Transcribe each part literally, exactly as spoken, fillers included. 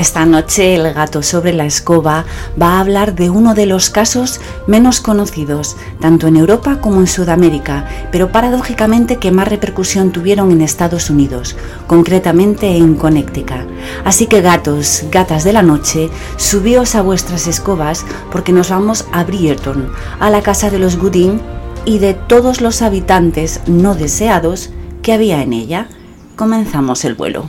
Esta noche el gato sobre la escoba va a hablar de uno de los casos menos conocidos, tanto en Europa como en Sudamérica, pero paradójicamente que más repercusión tuvieron en Estados Unidos, concretamente en Connecticut. Así que gatos, gatas de la noche, subíos a vuestras escobas porque nos vamos a Bridgerton, a la casa de los Gooding y de todos los habitantes no deseados que había en ella. Comenzamos el vuelo.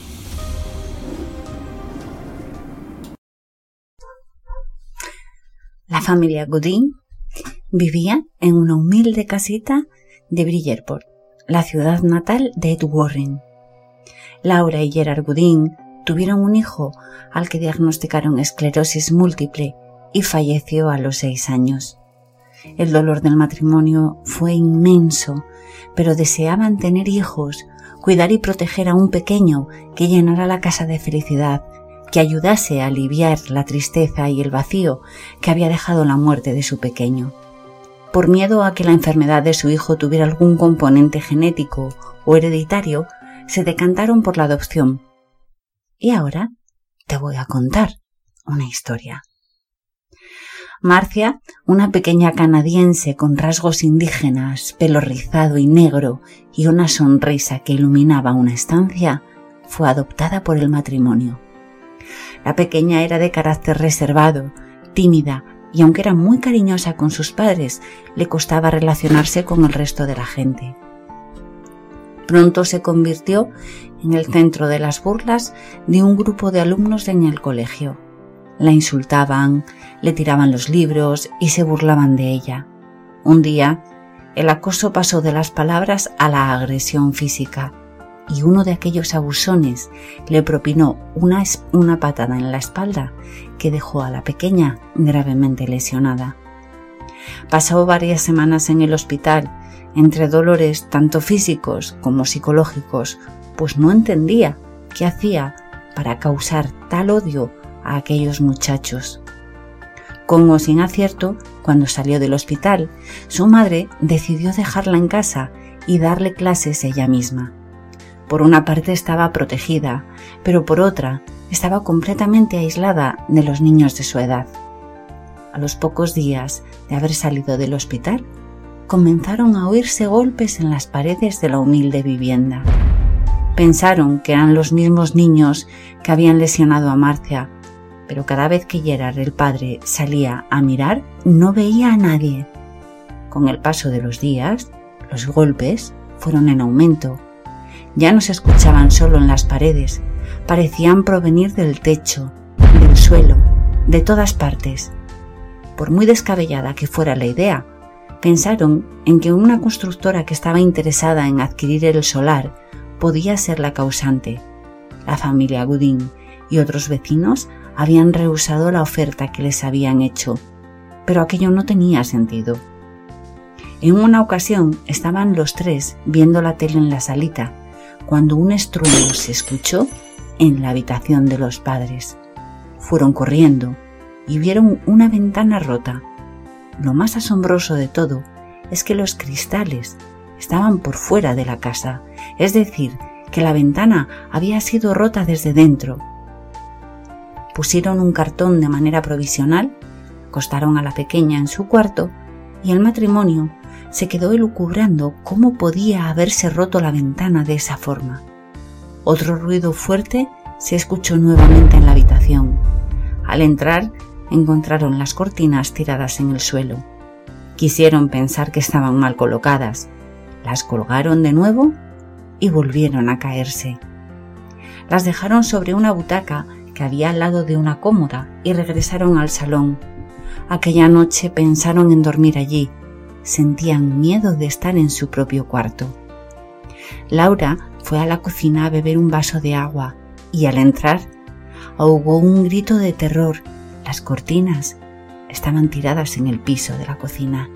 La familia Gooding vivía en una humilde casita de Bridgerton, la ciudad natal de Ed Warren. Laura y Gerard Gooding tuvieron un hijo al que diagnosticaron esclerosis múltiple y falleció a los seis años. El dolor del matrimonio fue inmenso, pero deseaban tener hijos, cuidar y proteger a un pequeño que llenara la casa de felicidad, que ayudase a aliviar la tristeza y el vacío que había dejado la muerte de su pequeño. Por miedo a que la enfermedad de su hijo tuviera algún componente genético o hereditario, se decantaron por la adopción. Y ahora te voy a contar una historia. Marcia, una pequeña canadiense con rasgos indígenas, pelo rizado y negro y una sonrisa que iluminaba una estancia, fue adoptada por el matrimonio. La pequeña era de carácter reservado, tímida y aunque era muy cariñosa con sus padres, le costaba relacionarse con el resto de la gente. Pronto se convirtió en el centro de las burlas de un grupo de alumnos en el colegio. La insultaban, le tiraban los libros y se burlaban de ella. Un día, el acoso pasó de las palabras a la agresión física y uno de aquellos abusones le propinó una, una patada en la espalda que dejó a la pequeña gravemente lesionada. Pasó varias semanas en el hospital, entre dolores tanto físicos como psicológicos, pues no entendía qué hacía para causar tal odio a aquellos muchachos. Con o sin acierto, cuando salió del hospital, su madre decidió dejarla en casa y darle clases ella misma. Por una parte estaba protegida, pero por otra estaba completamente aislada de los niños de su edad. A los pocos días de haber salido del hospital, comenzaron a oírse golpes en las paredes de la humilde vivienda. Pensaron que eran los mismos niños que habían lesionado a Marcia, pero cada vez que Gerard, el padre, salía a mirar, no veía a nadie. Con el paso de los días, los golpes fueron en aumento. Ya no se escuchaban solo en las paredes, parecían provenir del techo, del suelo, de todas partes. Por muy descabellada que fuera la idea, pensaron en que una constructora que estaba interesada en adquirir el solar podía ser la causante. La familia Gooding y otros vecinos habían rehusado la oferta que les habían hecho, pero aquello no tenía sentido. En una ocasión estaban los tres viendo la tele en la salita, cuando un estruendo se escuchó en la habitación de los padres. Fueron corriendo y vieron una ventana rota. Lo más asombroso de todo es que los cristales estaban por fuera de la casa, es decir, que la ventana había sido rota desde dentro. Pusieron un cartón de manera provisional, acostaron a la pequeña en su cuarto y el matrimonio se quedó elucubrando cómo podía haberse roto la ventana de esa forma. Otro ruido fuerte se escuchó nuevamente en la habitación. Al entrar, encontraron las cortinas tiradas en el suelo. Quisieron pensar que estaban mal colocadas. Las colgaron de nuevo y volvieron a caerse. Las dejaron sobre una butaca que había al lado de una cómoda y regresaron al salón. Aquella noche pensaron en dormir allí. Sentían miedo de estar en su propio cuarto. Laura fue a la cocina a beber un vaso de agua y al entrar ahogó un grito de terror. Las cortinas estaban tiradas en el piso de la cocina.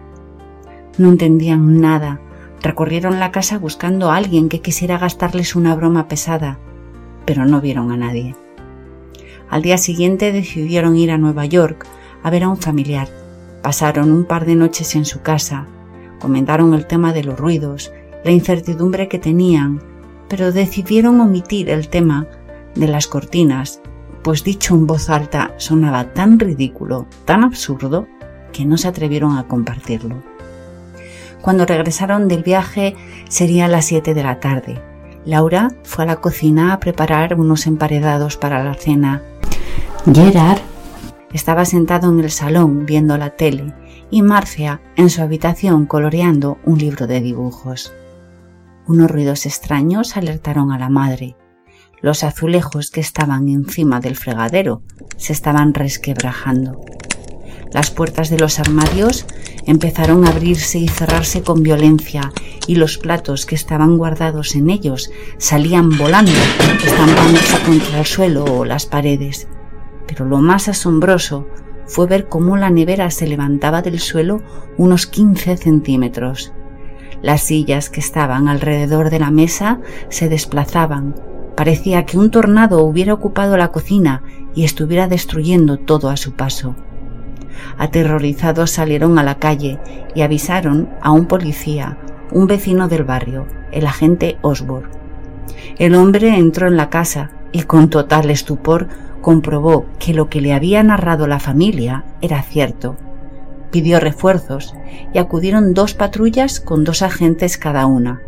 No entendían nada. Recorrieron la casa buscando a alguien que quisiera gastarles una broma pesada, pero no vieron a nadie. Al día siguiente decidieron ir a Nueva York a ver a un familiar. Pasaron un par de noches en su casa, comentaron el tema de los ruidos, la incertidumbre que tenían, pero decidieron omitir el tema de las cortinas pues dicho en voz alta sonaba tan ridículo, tan absurdo, que no se atrevieron a compartirlo. Cuando regresaron del viaje sería las siete de la tarde. Laura fue a la cocina a preparar unos emparedados para la cena. Gerard estaba sentado en el salón viendo la tele y Marcia en su habitación coloreando un libro de dibujos. Unos ruidos extraños alertaron a la madre. Los azulejos que estaban encima del fregadero se estaban resquebrajando. Las puertas de los armarios empezaron a abrirse y cerrarse con violencia y los platos que estaban guardados en ellos salían volando, estampándose contra el suelo o las paredes. Pero lo más asombroso fue ver cómo la nevera se levantaba del suelo unos quince centímetros. Las sillas que estaban alrededor de la mesa se desplazaban. Parecía que un tornado hubiera ocupado la cocina y estuviera destruyendo todo a su paso. Aterrorizados salieron a la calle y avisaron a un policía, un vecino del barrio, el agente Osborne. El hombre entró en la casa y con total estupor comprobó que lo que le había narrado la familia era cierto. Pidió refuerzos y acudieron dos patrullas con dos agentes cada una.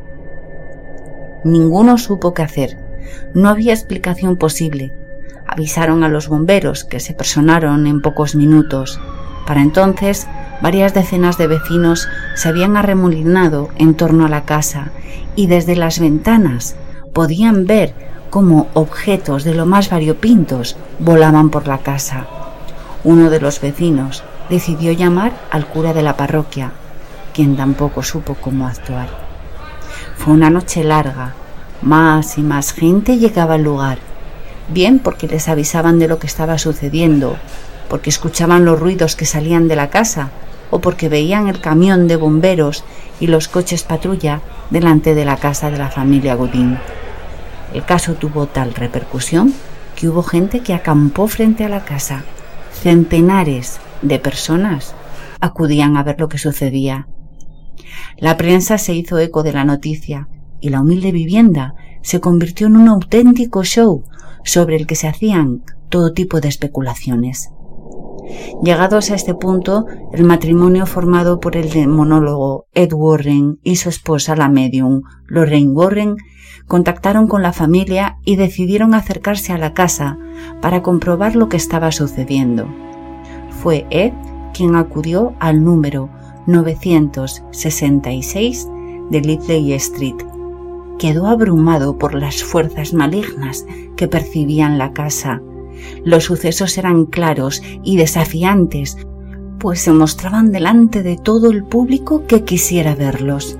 Ninguno supo qué hacer. No había explicación posible. Avisaron a los bomberos, que se personaron en pocos minutos. Para entonces, varias decenas de vecinos se habían arremolinado en torno a la casa y desde las ventanas podían ver cómo objetos de lo más variopintos volaban por la casa. Uno de los vecinos decidió llamar al cura de la parroquia, quien tampoco supo cómo actuar. Fue una noche larga. Más y más gente llegaba al lugar, bien porque les avisaban de lo que estaba sucediendo, porque escuchaban los ruidos que salían de la casa o porque veían el camión de bomberos y los coches patrulla delante de la casa de la familia Godin. El caso tuvo tal repercusión que hubo gente que acampó frente a la casa. Centenares de personas acudían a ver lo que sucedía. La prensa se hizo eco de la noticia y la humilde vivienda se convirtió en un auténtico show sobre el que se hacían todo tipo de especulaciones. Llegados a este punto, el matrimonio formado por el demonólogo Ed Warren y su esposa, la medium Lorraine Warren, contactaron con la familia y decidieron acercarse a la casa para comprobar lo que estaba sucediendo. Fue Ed quien acudió al número novecientos sesenta y seis de Lidley Street. Quedó abrumado por las fuerzas malignas que percibían la casa. Los sucesos eran claros y desafiantes, pues se mostraban delante de todo el público que quisiera verlos.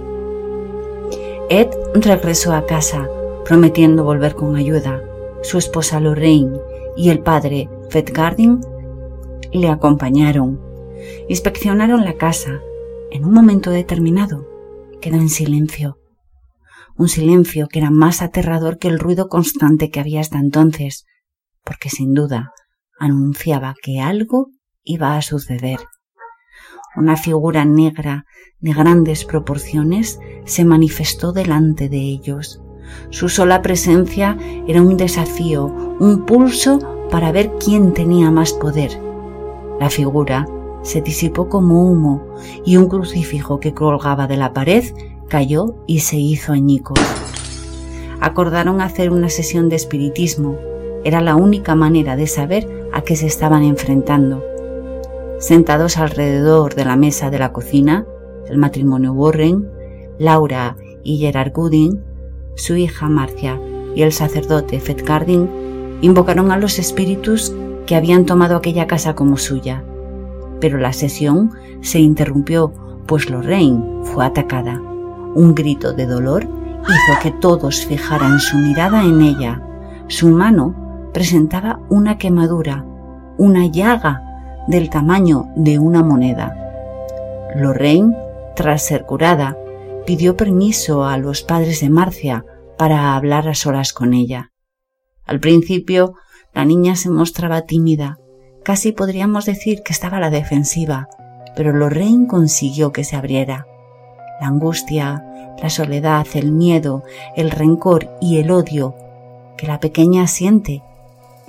Ed regresó a casa, prometiendo volver con ayuda. Su esposa Lorraine y el padre Fetgarding le acompañaron. Inspeccionaron la casa. En un momento determinado, quedó en silencio. Un silencio que era más aterrador que el ruido constante que había hasta entonces, porque sin duda anunciaba que algo iba a suceder. Una figura negra de grandes proporciones se manifestó delante de ellos. Su sola presencia era un desafío, un pulso para ver quién tenía más poder. La figura se disipó como humo y un crucifijo que colgaba de la pared cayó y se hizo añicos. Acordaron hacer una sesión de espiritismo. Era la única manera de saber a qué se estaban enfrentando. Sentados alrededor de la mesa de la cocina, el matrimonio Warren, Laura y Gerard Godin, su hija Marcia y el sacerdote Fetgarding invocaron a los espíritus que habían tomado aquella casa como suya. Pero la sesión se interrumpió, pues Lorraine fue atacada. Un grito de dolor hizo que todos fijaran su mirada en ella. Su mano presentaba una quemadura, una llaga del tamaño de una moneda. Lorraine, tras ser curada, pidió permiso a los padres de Marcia para hablar a solas con ella. Al principio, la niña se mostraba tímida. Casi podríamos decir que estaba a la defensiva, pero Lorraine consiguió que se abriera. La angustia, la soledad, el miedo, el rencor y el odio que la pequeña siente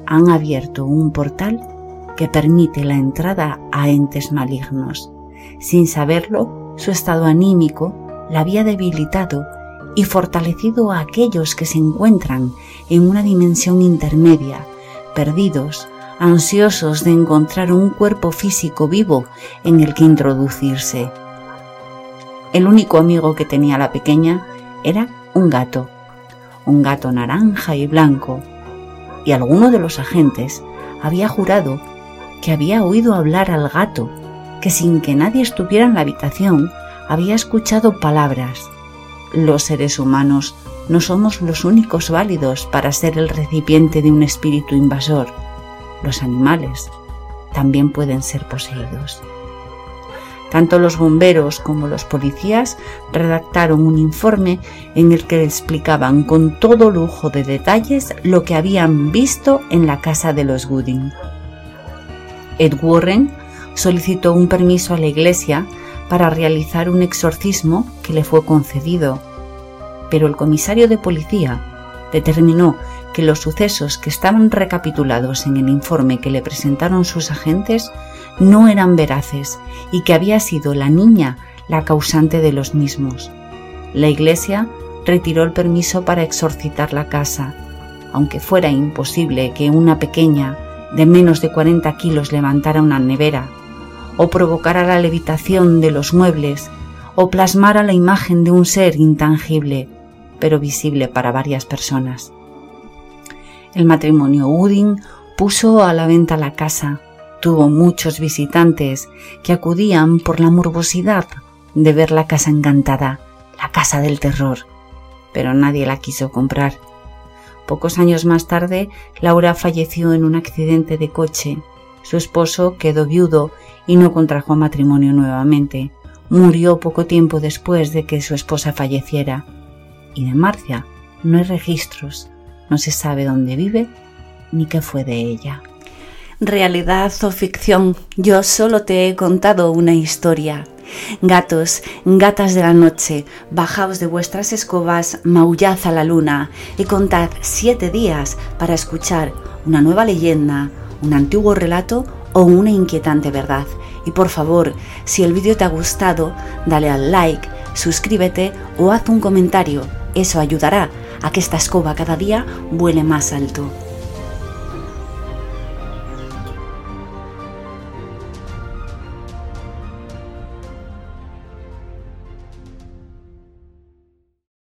han abierto un portal que permite la entrada a entes malignos. Sin saberlo, su estado anímico la había debilitado y fortalecido a aquellos que se encuentran en una dimensión intermedia, perdidos, ansiosos de encontrar un cuerpo físico vivo en el que introducirse. El único amigo que tenía la pequeña era un gato, un gato naranja y blanco, y alguno de los agentes había jurado que había oído hablar al gato, que sin que nadie estuviera en la habitación había escuchado palabras. Los seres humanos no somos los únicos válidos para ser el recipiente de un espíritu invasor. Los animales también pueden ser poseídos. Tanto los bomberos como los policías redactaron un informe en el que explicaban con todo lujo de detalles lo que habían visto en la casa de los Gooding. Ed Warren solicitó un permiso a la iglesia para realizar un exorcismo que le fue concedido, pero el comisario de policía determinó que los sucesos que estaban recapitulados en el informe que le presentaron sus agentes no eran veraces y que había sido la niña la causante de los mismos. La iglesia retiró el permiso para exorcizar la casa, aunque fuera imposible que una pequeña de menos de cuarenta kilos levantara una nevera, o provocara la levitación de los muebles, o plasmara la imagen de un ser intangible, pero visible para varias personas. El matrimonio Gooding puso a la venta la casa. Tuvo muchos visitantes que acudían por la morbosidad de ver la casa encantada, la casa del terror, pero nadie la quiso comprar. Pocos años más tarde, Laura falleció en un accidente de coche. Su esposo quedó viudo y no contrajo matrimonio nuevamente. Murió poco tiempo después de que su esposa falleciera. Y de Marcia no hay registros. No se sabe dónde vive ni qué fue de ella. Realidad o ficción, yo solo te he contado una historia. Gatos, gatas de la noche, bajaos de vuestras escobas, maullad a la luna y contad siete días para escuchar una nueva leyenda, un antiguo relato o una inquietante verdad. Y por favor, si el vídeo te ha gustado, dale al like, suscríbete o haz un comentario. Eso ayudará a que esta escoba cada día vuele más alto.